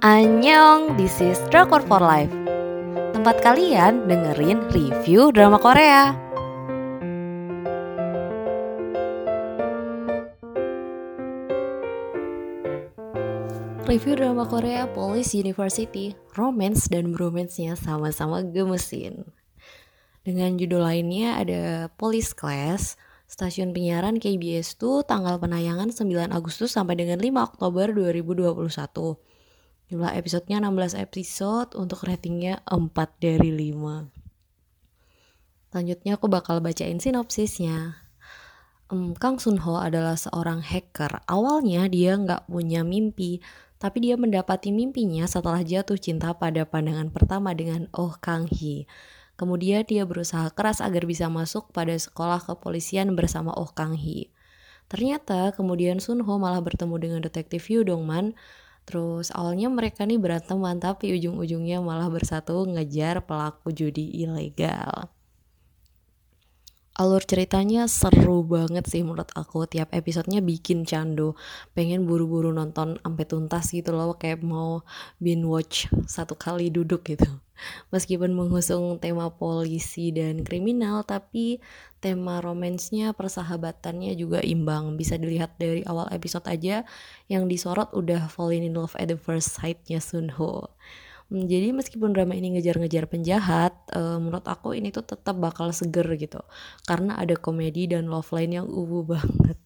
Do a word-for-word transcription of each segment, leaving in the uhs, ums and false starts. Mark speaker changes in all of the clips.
Speaker 1: Annyeong, this is Drakor for Life. Tempat kalian dengerin review drama Korea. Review drama Korea Police University, romance dan bromance-nya sama-sama gemesin. Dengan judul lainnya ada Police Class, stasiun penyiaran K B S two, tanggal penayangan sembilan Agustus sampai dengan lima Oktober dua ribu dua puluh satu. Jumlah episodenya enam belas episode, untuk ratingnya empat dari lima. Selanjutnya aku bakal bacain sinopsisnya. Um, Kang Sunho adalah seorang hacker. Awalnya dia nggak punya mimpi, tapi dia mendapati mimpinya setelah jatuh cinta pada pandangan pertama dengan Oh Kang Hee. Kemudian dia berusaha keras agar bisa masuk pada sekolah kepolisian bersama Oh Kang Hee. Ternyata kemudian Sunho malah bertemu dengan detektif Yoo Dong-man. Terus awalnya mereka nih beranteman, tapi ujung-ujungnya malah bersatu ngejar pelaku judi ilegal. Alur ceritanya seru banget sih menurut aku. Tiap episodenya bikin candu, pengen buru-buru nonton sampai tuntas gitu loh, kayak mau binge watch satu kali duduk gitu. Meskipun mengusung tema polisi dan kriminal, tapi tema romansnya, persahabatannya juga imbang. Bisa dilihat dari awal episode aja, yang disorot udah falling in love at the first sight-nya Sunho. Jadi meskipun drama ini ngejar-ngejar penjahat, uh, menurut aku ini tuh tetap bakal seger gitu, karena ada komedi dan love line yang uwu banget.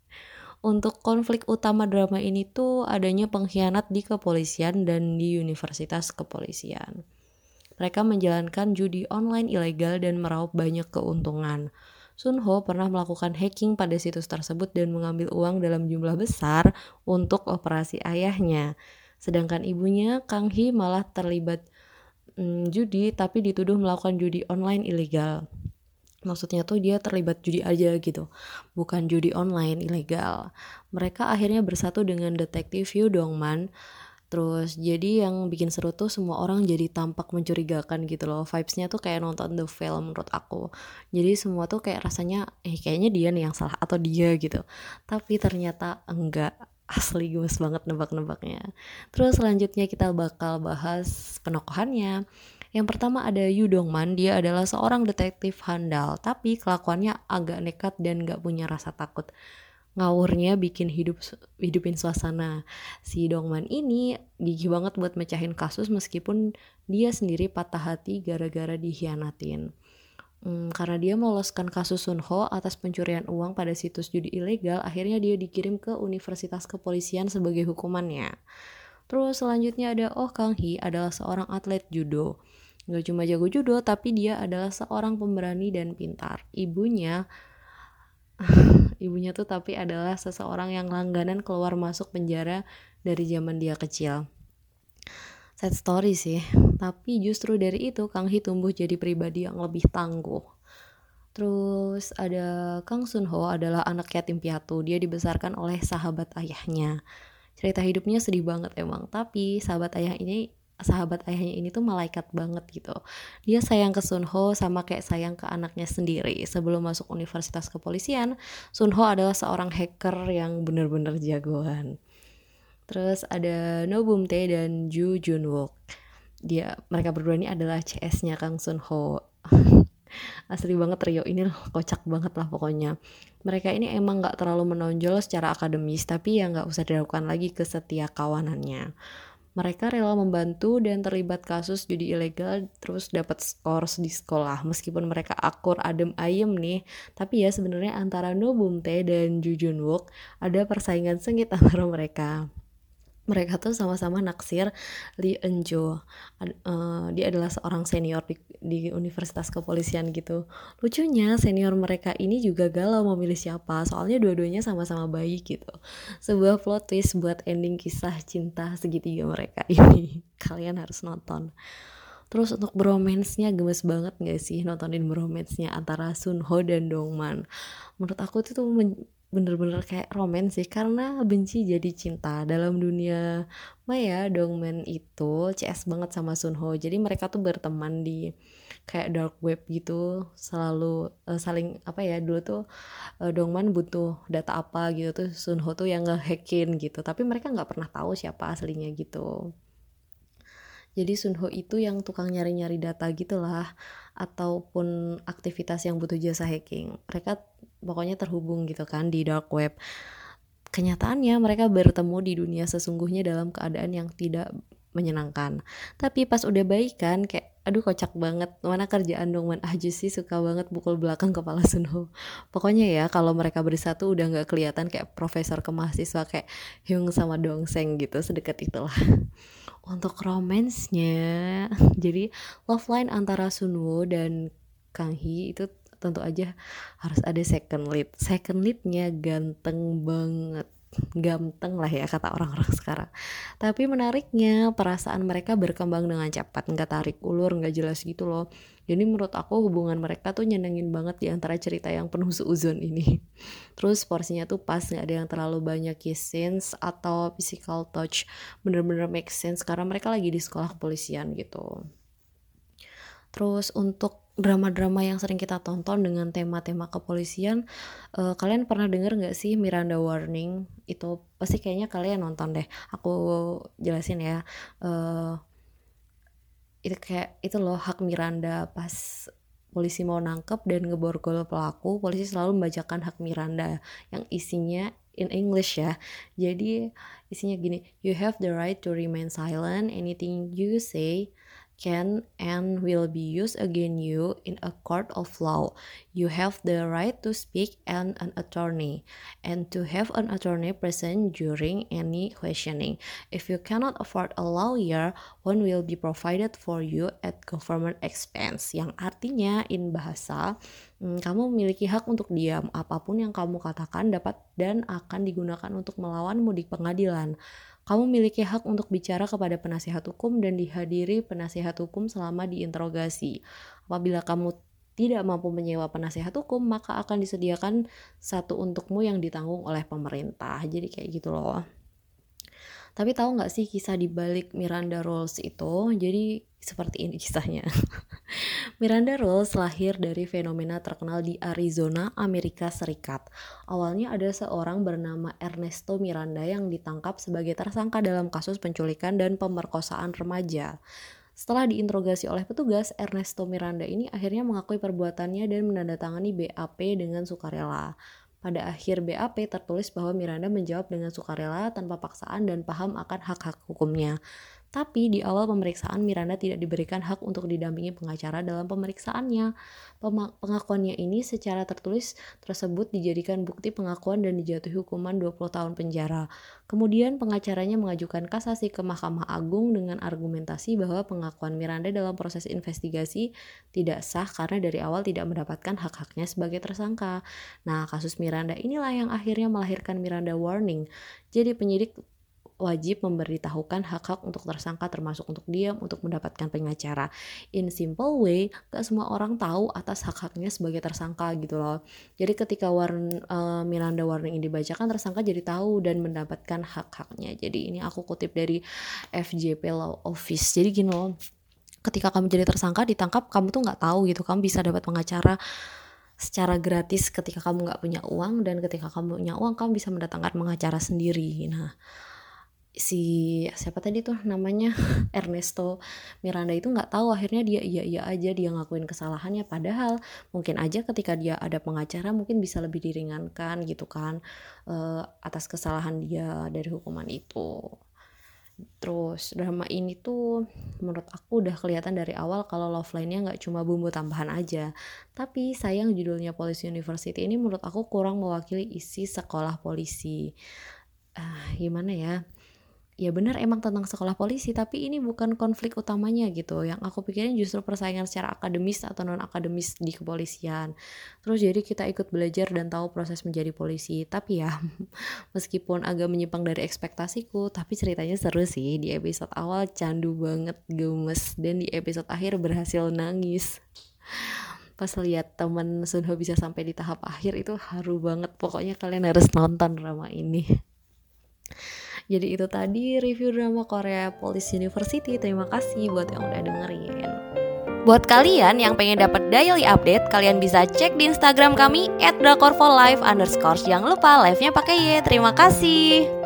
Speaker 1: Untuk konflik utama drama ini tuh adanya pengkhianat di kepolisian dan di universitas kepolisian. Mereka menjalankan judi online ilegal dan meraup banyak keuntungan. Sunho pernah melakukan hacking pada situs tersebut dan mengambil uang dalam jumlah besar untuk operasi ayahnya. Sedangkan ibunya, Kang Hee, malah terlibat hmm, judi tapi dituduh melakukan judi online ilegal. Maksudnya tuh dia terlibat judi aja gitu, bukan judi online ilegal. Mereka akhirnya bersatu dengan detektif Yoo Dong-man. Terus jadi yang bikin seru tuh semua orang jadi tampak mencurigakan gitu loh. Vibes-nya tuh kayak nonton The Film menurut aku. Jadi semua tuh kayak rasanya eh kayaknya dia nih yang salah atau dia gitu. Tapi ternyata enggak. Asli gemes banget nebak-nebaknya. Terus selanjutnya kita bakal bahas penokohannya. Yang pertama ada Yoo Dong-man. Dia adalah seorang detektif handal, tapi kelakuannya agak nekat dan gak punya rasa takut. Ngawurnya bikin hidup hidupin suasana. Si Dongman ini gigih banget buat mecahin kasus meskipun dia sendiri patah hati gara-gara dikhianatin. Hmm, karena dia meloloskan kasus Sunho atas pencurian uang pada situs judi ilegal, akhirnya dia dikirim ke universitas kepolisian sebagai hukumannya. Terus selanjutnya ada Oh Kang Hee, adalah seorang atlet judo. Gak cuma jago judo, tapi dia adalah seorang pemberani dan pintar. Ibunya Ibunya tuh tapi adalah seseorang yang langganan keluar masuk penjara dari zaman dia kecil. Sad story sih, tapi justru dari itu Kang Hee tumbuh jadi pribadi yang lebih tangguh. Terus ada Kang Sunho, adalah anak yatim piatu. Dia dibesarkan oleh sahabat ayahnya. Cerita hidupnya sedih banget emang, tapi sahabat ayah ini sahabat ayahnya ini tuh malaikat banget gitu. Dia sayang ke Sunho sama kayak sayang ke anaknya sendiri. Sebelum masuk universitas kepolisian, Sunho adalah seorang hacker yang benar-benar jagoan. Terus ada No Bum-tae dan Ju Jun-wook. Dia mereka berdua ini adalah C S-nya Kang Sunho. Asli banget trio ini loh, kocak banget lah pokoknya. Mereka ini emang gak terlalu menonjol secara akademis, tapi ya gak usah diragukan lagi kesetia kawanannya. Mereka rela membantu dan terlibat kasus judi ilegal, terus dapat skor di sekolah. Meskipun mereka akur adem ayem nih, tapi ya sebenarnya antara No Bum-tae dan Ju Jun-wook ada persaingan sengit antara mereka. Mereka tuh sama-sama naksir Lee Eun-jo. Uh, dia adalah seorang senior di, di universitas kepolisian gitu. Lucunya senior mereka ini juga galau memilih siapa, soalnya dua-duanya sama-sama baik gitu. Sebuah plot twist buat ending kisah cinta segitiga mereka ini. Kalian harus nonton. Terus untuk bromance-nya gemes banget gak sih nontonin bromance-nya antara Sunho dan Dongman. Menurut aku itu tuh men- bener-bener kayak romance sih, karena benci jadi cinta. Dalam dunia maya, Dongman itu C S banget sama Sunho. Jadi mereka tuh berteman di kayak dark web gitu, selalu uh, saling apa ya, dulu tuh uh, Dongman butuh data apa gitu tuh Sunho tuh yang ngehackin gitu, tapi mereka nggak pernah tahu siapa aslinya gitu. Jadi Sunho itu yang tukang nyari-nyari data gitulah, ataupun aktivitas yang butuh jasa hacking. Mereka pokoknya terhubung gitu kan di dark web. Kenyataannya mereka bertemu di dunia sesungguhnya dalam keadaan yang tidak menyenangkan. Tapi pas udah baikan kayak aduh kocak banget, mana kerjaan dong man, ah sih suka banget pukul belakang kepala Sunho. Pokoknya ya kalau mereka bersatu udah gak kelihatan kayak profesor ke mahasiswa kayak Hyung sama Dongseng gitu, sedekat itulah. Untuk romansnya, jadi love line antara Sunwoo dan Kang Hee itu tentu aja harus ada second lead. Second leadnya ganteng banget, ganteng lah ya kata orang-orang sekarang. Tapi menariknya perasaan mereka berkembang dengan cepat, nggak tarik ulur, nggak jelas gitu loh. Jadi menurut aku hubungan mereka tuh nyenengin banget di antara cerita yang penuh suuzon ini. Terus porsinya tuh pas, nggak ada yang terlalu banyak kiss scenes atau physical touch. Bener-bener make sense karena mereka lagi di sekolah kepolisian gitu. Terus untuk drama-drama yang sering kita tonton dengan tema-tema kepolisian, uh, kalian pernah denger gak sih Miranda Warning? Itu pasti kayaknya kalian nonton deh. Aku jelasin ya. Uh, itu kayak itu loh hak Miranda pas polisi mau nangkep dan ngeborgol pelaku, polisi selalu membacakan hak Miranda yang isinya in English ya. Jadi isinya gini, you have the right to remain silent, anything you say can and will be used against you in a court of law. You have the right to speak and an attorney, and to have an attorney present during any questioning. If you cannot afford a lawyer, one will be provided for you at government expense. Yang artinya in bahasa, hmm, kamu memiliki hak untuk diam. Apapun yang kamu katakan dapat dan akan digunakan untuk melawanmu di pengadilan. Kamu memiliki hak untuk bicara kepada penasihat hukum dan dihadiri penasihat hukum selama diinterogasi. Apabila kamu tidak mampu menyewa penasihat hukum, maka akan disediakan satu untukmu yang ditanggung oleh pemerintah. Jadi kayak gitu loh. Tapi tahu nggak sih kisah di balik Miranda Rules itu? Jadi seperti ini kisahnya. Miranda Rules lahir dari fenomena terkenal di Arizona, Amerika Serikat. Awalnya ada seorang bernama Ernesto Miranda yang ditangkap sebagai tersangka dalam kasus penculikan dan pemerkosaan remaja. Setelah diinterogasi oleh petugas, Ernesto Miranda ini akhirnya mengakui perbuatannya dan menandatangani B A P dengan sukarela. Pada akhir B A P tertulis bahwa Miranda menjawab dengan sukarela tanpa paksaan dan paham akan hak-hak hukumnya. Tapi di awal pemeriksaan Miranda tidak diberikan hak untuk didampingi pengacara dalam pemeriksaannya. Pengakuannya ini secara tertulis tersebut dijadikan bukti pengakuan dan dijatuhi hukuman dua puluh tahun penjara. Kemudian pengacaranya mengajukan kasasi ke Mahkamah Agung dengan argumentasi bahwa pengakuan Miranda dalam proses investigasi tidak sah karena dari awal tidak mendapatkan hak-haknya sebagai tersangka. Nah, kasus Miranda inilah yang akhirnya melahirkan Miranda Warning. Jadi penyidik wajib memberitahukan hak-hak untuk tersangka termasuk untuk diam untuk mendapatkan pengacara. In simple way, gak semua orang tahu atas hak-haknya sebagai tersangka gitu loh. Jadi ketika warn, uh, Miranda Warning ini dibacakan, tersangka jadi tahu dan mendapatkan hak-haknya. Jadi ini aku kutip dari F J P Law Office. Jadi gini loh, ketika kamu jadi tersangka ditangkap, kamu tuh gak tahu gitu, kamu bisa dapat pengacara secara gratis ketika kamu gak punya uang, dan ketika kamu punya uang kamu bisa mendatangkan pengacara sendiri. Nah, si siapa tadi tuh namanya Ernesto Miranda itu nggak tahu, akhirnya dia iya iya aja, dia ngakuin kesalahannya, padahal mungkin aja ketika dia ada pengacara mungkin bisa lebih diringankan gitu kan uh, atas kesalahan dia dari hukuman itu. Terus drama ini tuh menurut aku udah kelihatan dari awal kalau love line-nya nggak cuma bumbu tambahan aja. Tapi sayang judulnya Police University ini menurut aku kurang mewakili isi sekolah polisi. Uh, gimana ya? Ya benar emang tentang sekolah polisi, tapi ini bukan konflik utamanya gitu. Yang aku pikirin justru persaingan secara akademis atau non akademis di kepolisian. Terus jadi kita ikut belajar dan tahu proses menjadi polisi. Tapi ya meskipun agak menyimpang dari ekspektasiku, tapi ceritanya seru sih. Di episode awal candu banget, gemes, dan di episode akhir berhasil nangis. Pas lihat temen Sunho bisa sampai di tahap akhir itu haru banget. Pokoknya kalian harus nonton drama ini. Jadi itu tadi review drama Korea Police University. Terima kasih buat yang udah dengerin. Buat kalian yang pengen dapat daily update, kalian bisa cek di Instagram kami at drakorfolive underscore. Jangan lupa live-nya pakai Y. Terima kasih.